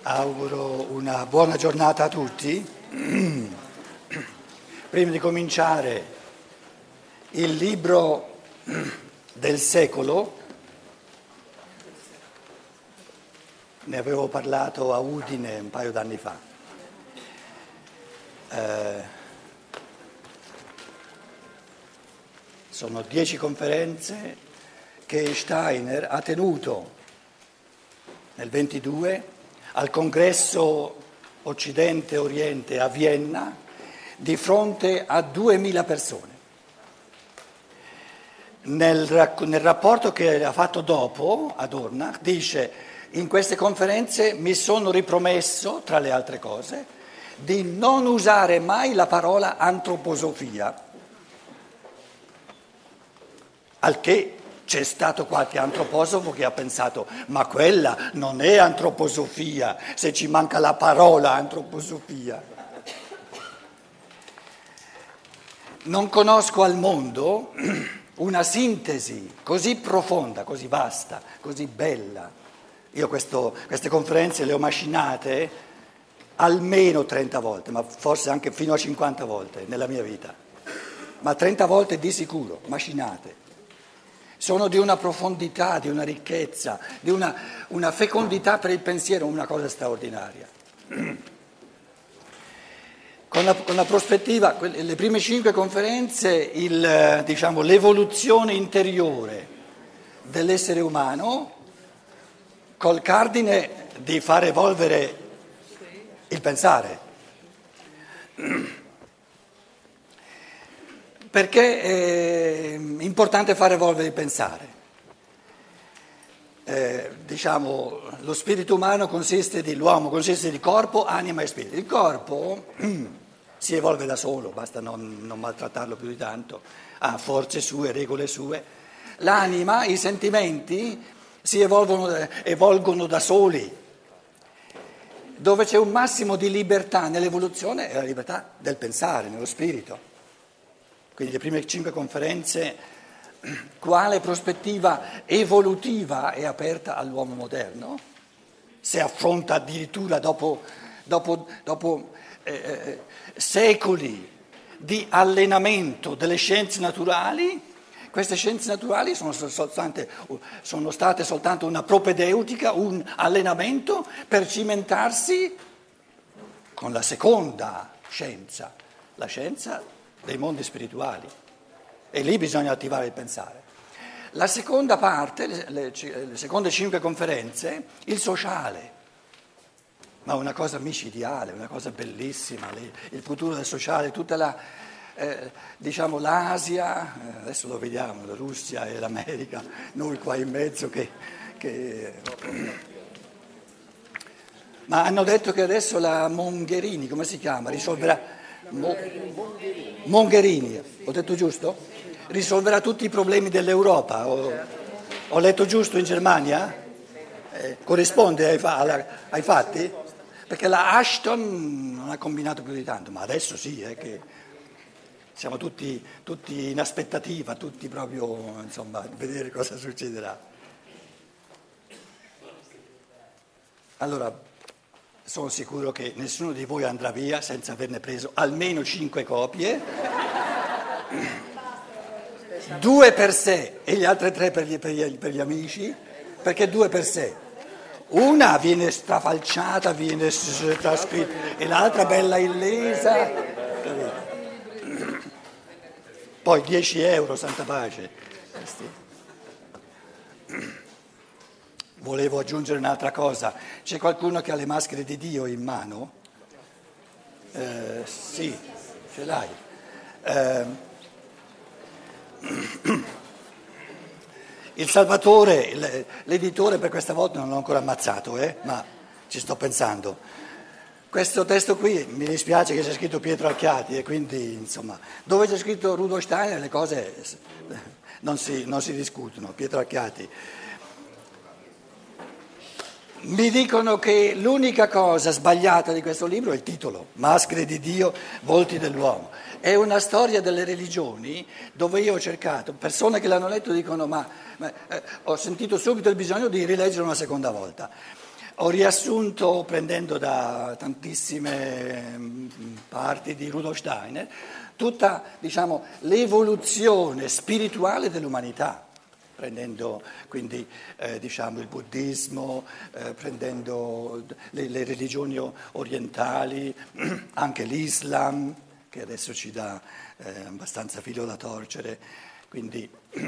Auguro una buona giornata a tutti. Prima di cominciare il libro del secolo, ne avevo parlato a Udine un paio d'anni fa. Sono 10 conferenze che Steiner ha tenuto nel 22 al congresso Occidente-Oriente a Vienna di fronte a 2000 persone. Nel rapporto che ha fatto dopo ad Dornach dice: in queste conferenze mi sono ripromesso, tra le altre cose, di non usare mai la parola antroposofia, al che c'è stato qualche antroposofo che ha pensato: ma quella non è antroposofia, se ci manca la parola antroposofia. Non conosco al mondo una sintesi così profonda, così vasta, così bella. Io queste conferenze le ho macinate almeno 30 volte, ma forse anche fino a 50 volte nella mia vita, ma 30 volte di sicuro, macinate. Sono di una profondità, di una ricchezza, di una fecondità per il pensiero, una cosa straordinaria. Con la prospettiva, le prime 5 conferenze, l'evoluzione interiore dell'essere umano, col cardine di far evolvere il pensare. Perché è importante far evolvere il pensare? Lo spirito umano l'uomo consiste di corpo, anima e spirito. Il corpo si evolve da solo, basta non maltrattarlo più di tanto, ha forze sue, regole sue. L'anima, i sentimenti si evolgono da soli. Dove c'è un massimo di libertà nell'evoluzione è la libertà del pensare, nello spirito. Quindi le prime 5 conferenze, quale prospettiva evolutiva è aperta all'uomo moderno? Se affronta addirittura dopo secoli di allenamento delle scienze naturali, queste scienze naturali sono state soltanto una propedeutica, un allenamento per cimentarsi con la seconda scienza, la scienza dei mondi spirituali, e lì bisogna attivare il pensare. La seconda parte, le seconde 5 conferenze, il sociale, ma una cosa micidiale, una cosa bellissima, il futuro del sociale, tutta l'Asia, adesso lo vediamo, la Russia e l'America, noi qua in mezzo Ma hanno detto che adesso la Mogherini, come si chiama, risolverà... Mogherini, ho detto giusto? Risolverà tutti i problemi dell'Europa. Ho letto giusto in Germania? Corrisponde ai fatti? Perché la Ashton non ha combinato più di tanto, ma adesso sì, che siamo tutti in aspettativa, tutti proprio, insomma, a vedere cosa succederà. Allora, sono sicuro che nessuno di voi andrà via senza averne preso almeno 5 copie, 2 per sé e gli altri 3 per gli amici, perché 2 per sé. Una viene strafalciata, viene trascritta, e l'altra bella illesa. Poi 10 euro, santa pace. Volevo aggiungere un'altra cosa. C'è qualcuno che ha le maschere di Dio in mano? Sì, ce l'hai. Il Salvatore, l'editore per questa volta non l'ho ancora ammazzato, ma ci sto pensando. Questo testo qui mi dispiace che c'è scritto Pietro Archiati, e quindi, insomma, dove c'è scritto Rudolf Steiner le cose non si discutono. Pietro Archiati. Mi dicono che l'unica cosa sbagliata di questo libro è il titolo, Maschere di Dio, volti dell'uomo. È una storia delle religioni dove io ho cercato, persone che l'hanno letto dicono ho sentito subito il bisogno di rileggere una seconda volta. Ho riassunto, prendendo da tantissime parti di Rudolf Steiner, tutta, diciamo, l'evoluzione spirituale dell'umanità, prendendo quindi diciamo, il buddismo, prendendo le religioni orientali, anche l'Islam, che adesso ci dà abbastanza filo da torcere, quindi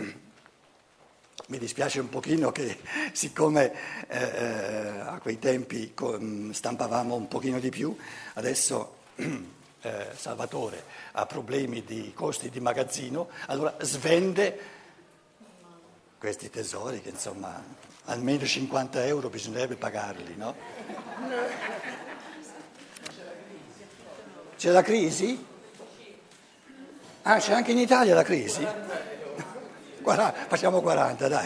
mi dispiace un pochino che siccome a quei tempi stampavamo un pochino di più, adesso Salvatore ha problemi di costi di magazzino, allora svende questi tesori che insomma almeno 50 euro bisognerebbe pagarli, no? C'è la crisi? Ah, c'è anche in Italia la crisi? Facciamo 40, dai.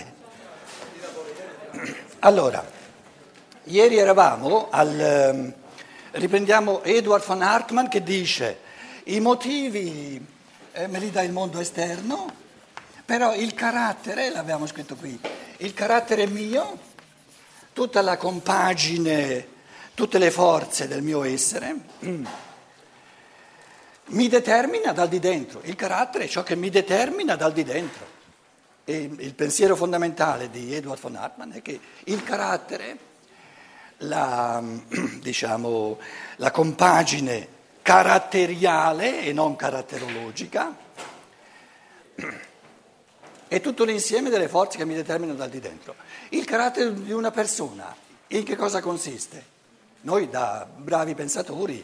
Allora, ieri eravamo riprendiamo Eduard von Hartmann che dice i motivi me li dà il mondo esterno, però il carattere, l'abbiamo scritto qui, il carattere mio, tutta la compagine, tutte le forze del mio essere, mi determina dal di dentro. Il carattere è ciò che mi determina dal di dentro. E il pensiero fondamentale di Eduard von Hartmann è che il carattere, diciamo, la compagine caratteriale e non caratterologica, è tutto l'insieme delle forze che mi determinano dal di dentro. Il carattere di una persona, in che cosa consiste? Noi da bravi pensatori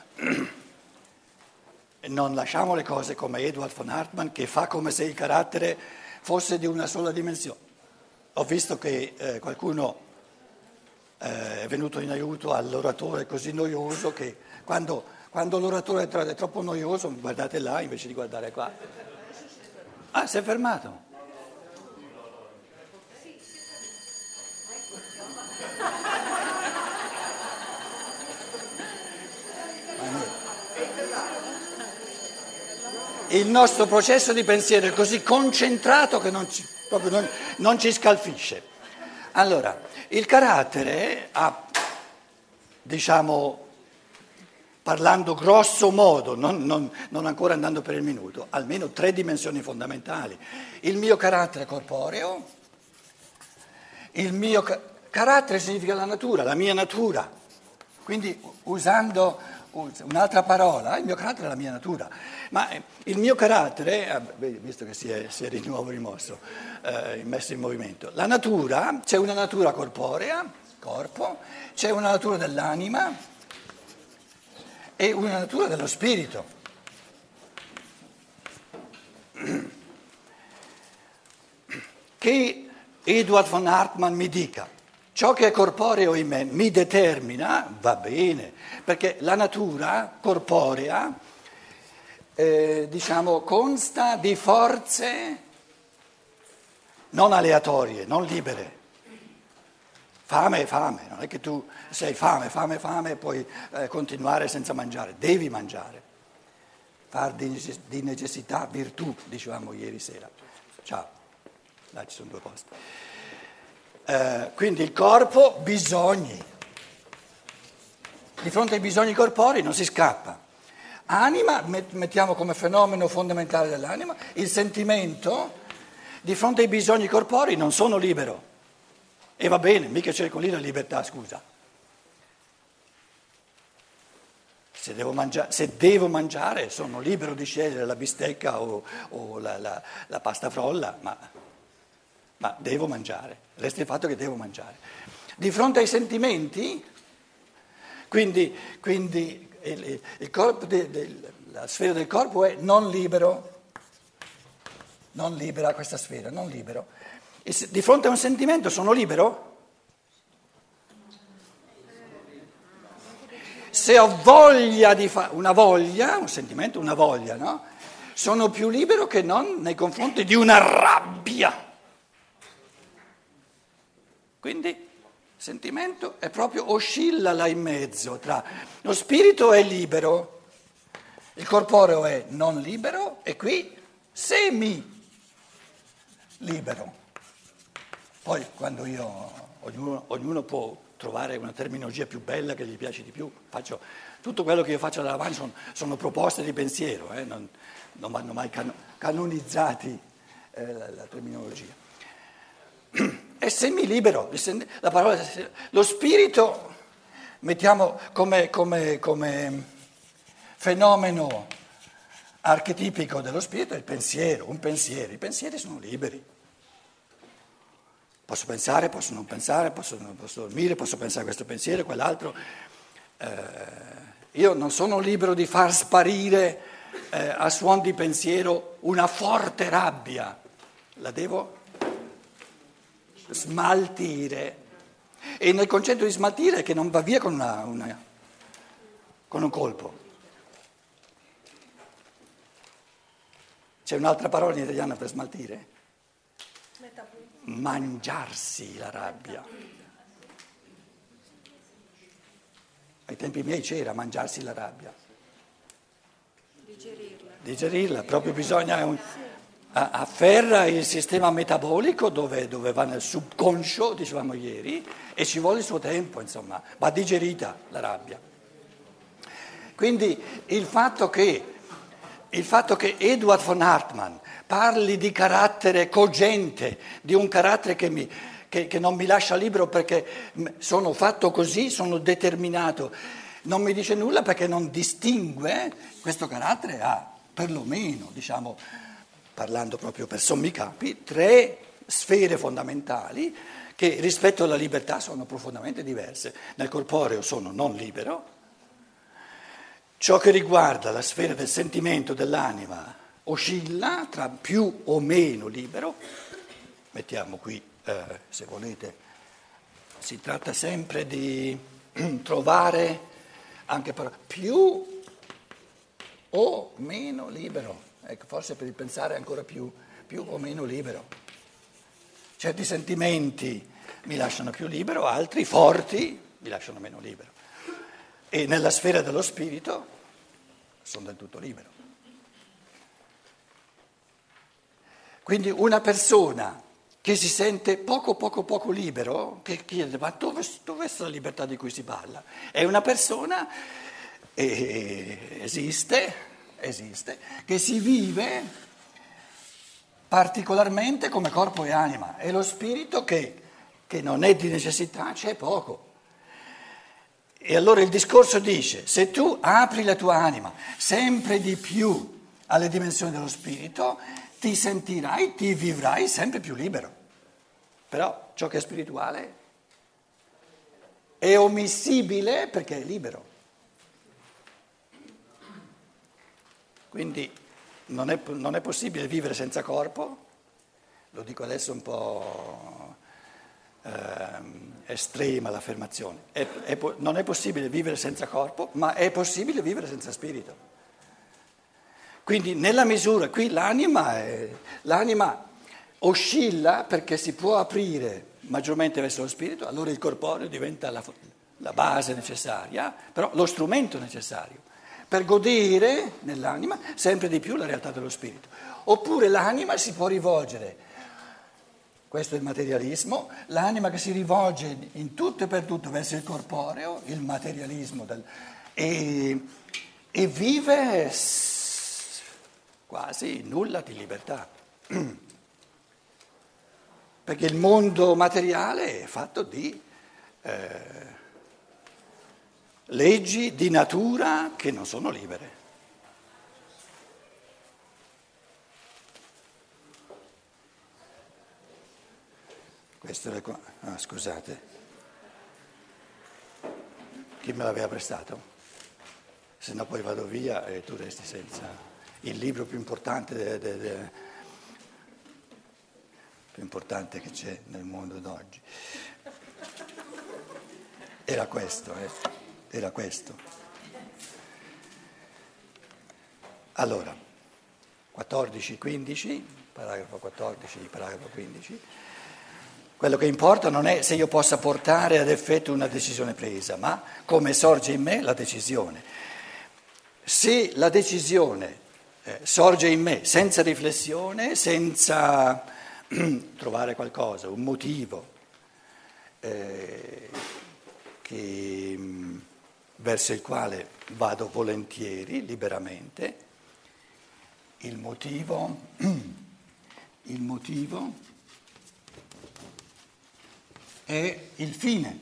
non lasciamo le cose come Eduard von Hartmann che fa come se il carattere fosse di una sola dimensione. Ho visto che qualcuno è venuto in aiuto all'oratore così noioso che quando l'oratore è troppo noioso guardate là invece di guardare qua. Ah, si è fermato. Il nostro processo di pensiero è così concentrato che non ci scalfisce. Allora, il carattere ha, diciamo, parlando grosso modo, non ancora andando per il minuto, almeno 3 dimensioni fondamentali. Il mio carattere corporeo, il mio carattere significa la natura, la mia natura, quindi usando un'altra parola, il mio carattere è la mia natura, ma il mio carattere, visto che si è di nuovo rimosso, messo in movimento, la natura, c'è una natura corporea, corpo, c'è una natura dell'anima e una natura dello spirito. Che Eduard von Hartmann mi dica, ciò che è corporeo in me mi determina, va bene, perché la natura corporea, diciamo, consta di forze non aleatorie, non libere. Fame è fame, non è che tu sei fame e puoi continuare senza mangiare, devi mangiare. Far di necessità virtù, dicevamo ieri sera. Ciao, là ci sono 2 posti. Quindi il corpo, bisogni. Di fronte ai bisogni corporei non si scappa. Anima, mettiamo come fenomeno fondamentale dell'anima, il sentimento, di fronte ai bisogni corporei non sono libero. E va bene, mica cerco lì la libertà, scusa. Se devo mangiare sono libero di scegliere la bistecca o la pasta frolla, ma devo mangiare, resta il fatto che devo mangiare. Di fronte ai sentimenti, quindi il corpo, la sfera del corpo è non libero, non libera questa sfera, non libero. E di fronte a un sentimento sono libero? Se ho voglia di fare una voglia, un sentimento, una voglia, no? Sono più libero che non nei confronti di una rabbia. Quindi il sentimento è proprio, oscilla là in mezzo tra lo spirito è libero, il corporeo è non libero e qui semi libero. Poi quando ognuno può trovare una terminologia più bella che gli piace di più. Tutto quello che io faccio da davanti sono proposte di pensiero, non vanno mai canonizzati la terminologia. È semilibero, la parola, lo spirito mettiamo come fenomeno archetipico dello spirito è il pensiero, i pensieri sono liberi. Posso pensare, posso non pensare, posso dormire, posso pensare a questo pensiero, a quell'altro. Io non sono libero di far sparire a suon di pensiero una forte rabbia, la devo smaltire. E nel concetto di smaltire è che non va via con un colpo. C'è un'altra parola in italiano per smaltire? Mangiarsi la rabbia. Ai tempi miei c'era mangiarsi la rabbia. Digerirla, proprio bisogna afferra il sistema metabolico dove va nel subconscio, dicevamo ieri, e ci vuole il suo tempo, insomma, va digerita la rabbia. Quindi il fatto che Eduard von Hartmann parli di carattere cogente, di un carattere che non mi lascia libero perché sono fatto così, sono determinato, non mi dice nulla perché non distingue, questo carattere ha perlomeno, diciamo, parlando proprio per sommi capi, 3 sfere fondamentali che rispetto alla libertà sono profondamente diverse. Nel corporeo sono non libero. Ciò che riguarda la sfera del sentimento dell'anima oscilla tra più o meno libero, mettiamo qui, se volete, si tratta sempre di trovare anche più o meno libero, ecco, forse per il pensare ancora più o meno libero. Certi sentimenti mi lasciano più libero, altri forti mi lasciano meno libero. E nella sfera dello spirito sono del tutto libero. Quindi una persona che si sente poco libero, che chiede ma dove è la libertà di cui si parla? È una persona, esiste, che si vive particolarmente come corpo e anima, e lo spirito che non è di necessità c'è poco. E allora il discorso dice, se tu apri la tua anima sempre di più alle dimensioni dello spirito, ti vivrai sempre più libero. Però ciò che è spirituale è omissibile perché è libero. Quindi non è possibile vivere senza corpo, lo dico adesso un po' estrema l'affermazione, non è possibile vivere senza corpo, ma è possibile vivere senza spirito. Quindi nella misura, qui l'anima oscilla perché si può aprire maggiormente verso lo spirito, allora il corporeo diventa la base necessaria, però lo strumento necessario per godere nell'anima sempre di più la realtà dello spirito. Oppure l'anima si può rivolgere, questo è il materialismo, l'anima che si rivolge in tutto e per tutto verso il corporeo, il materialismo, e vive quasi nulla di libertà. Perché il mondo materiale è fatto di leggi di natura che non sono libere. Questo è scusate, chi me l'aveva prestato? Se no poi vado via e tu resti senza il libro più importante più importante che c'è nel mondo d'oggi. Era questo. Allora, 14-15, paragrafo 14, paragrafo 15. Quello che importa non è se io possa portare ad effetto una decisione presa, ma come sorge in me la decisione. Se la decisione sorge in me senza riflessione, senza trovare qualcosa, un motivo, verso il quale vado volentieri, liberamente. Il motivo è il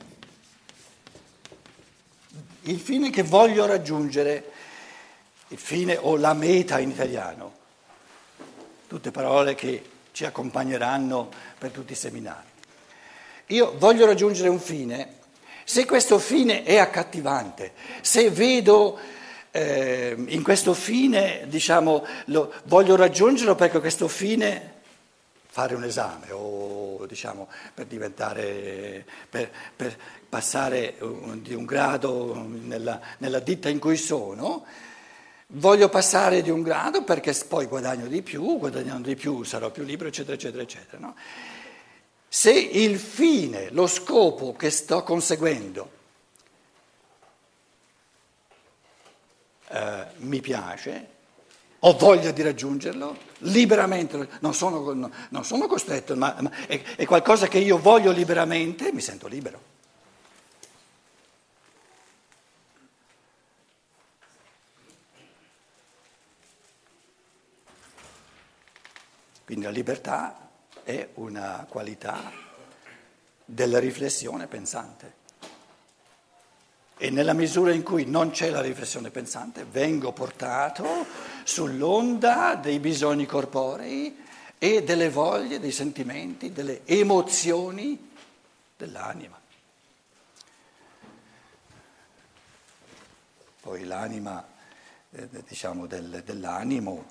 fine che voglio raggiungere, il fine o la meta in italiano, tutte parole che ci accompagneranno per tutti i seminari. Io voglio raggiungere un fine, se questo fine è accattivante, se vedo in questo fine, diciamo, voglio raggiungerlo perché questo fine, fare un esame o diciamo per passare di un grado nella ditta in cui sono, voglio passare di un grado perché poi guadagnando di più sarò più libero, eccetera, eccetera, eccetera, no? Se il fine, lo scopo che sto conseguendo mi piace, ho voglia di raggiungerlo, liberamente, non sono costretto, ma è qualcosa che io voglio liberamente, mi sento libero. Quindi la libertà è una qualità della riflessione pensante. E nella misura in cui non c'è la riflessione pensante, vengo portato sull'onda dei bisogni corporei e delle voglie, dei sentimenti, delle emozioni dell'anima. Poi l'anima, diciamo, dell'animo,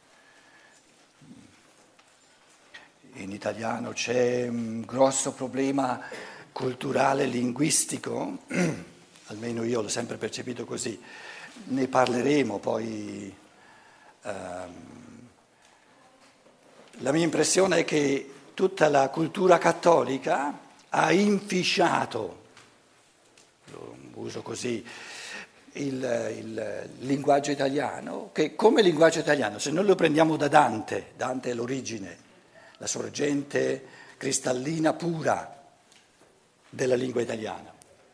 in italiano c'è un grosso problema culturale, linguistico, almeno io l'ho sempre percepito così, ne parleremo poi. La mia impressione è che tutta la cultura cattolica ha inficiato, lo uso così, il linguaggio italiano, che come linguaggio italiano, se noi lo prendiamo da Dante è l'origine, la sorgente cristallina pura della lingua italiana.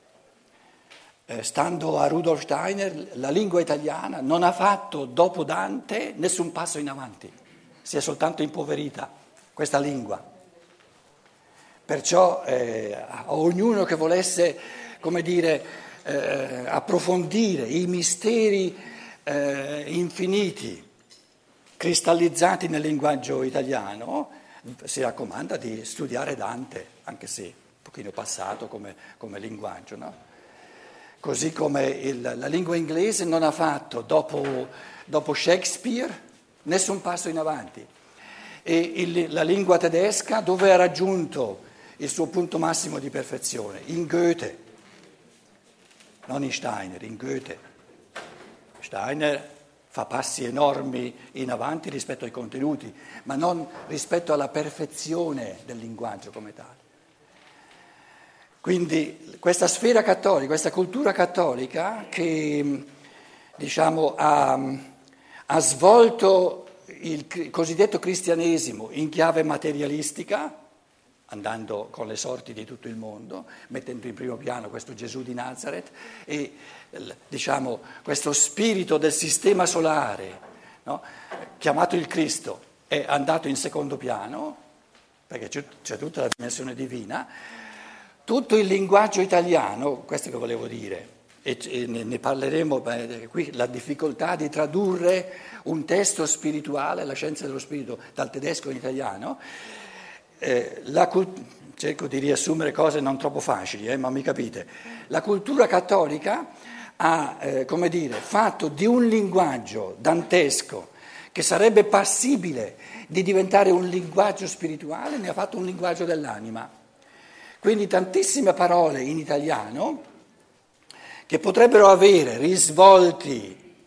Stando a Rudolf Steiner, la lingua italiana non ha fatto dopo Dante nessun passo in avanti, si è soltanto impoverita questa lingua. Perciò a ognuno che volesse, come dire, approfondire i misteri infiniti cristallizzati nel linguaggio italiano, si raccomanda di studiare Dante, anche se un pochino passato come linguaggio, no? Così come la lingua inglese non ha fatto dopo Shakespeare nessun passo in avanti. E la lingua tedesca dove ha raggiunto il suo punto massimo di perfezione? In Goethe, non in Steiner, in Goethe. Steiner fa passi enormi in avanti rispetto ai contenuti, ma non rispetto alla perfezione del linguaggio come tale. Quindi questa sfera cattolica, questa cultura cattolica che diciamo, ha svolto il cosiddetto cristianesimo in chiave materialistica, andando con le sorti di tutto il mondo, mettendo in primo piano questo Gesù di Nazareth e diciamo, questo spirito del sistema solare, no? Chiamato il Cristo, è andato in secondo piano, perché c'è tutta la dimensione divina. Tutto il linguaggio italiano, questo che volevo dire, e ne parleremo qui, la difficoltà di tradurre un testo spirituale, la scienza dello spirito, dal tedesco in italiano, cerco di riassumere cose non troppo facili, ma mi capite. La cultura cattolica ha, come dire, fatto di un linguaggio dantesco che sarebbe passibile di diventare un linguaggio spirituale, ne ha fatto un linguaggio dell'anima. Quindi tantissime parole in italiano che potrebbero avere risvolti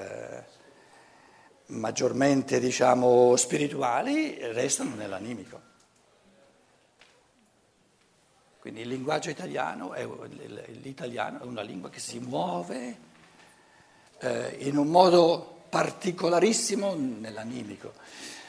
maggiormente, diciamo, spirituali, restano nell'animico. Quindi il linguaggio italiano, l'italiano è una lingua che si muove in un modo particolarissimo nell'animico.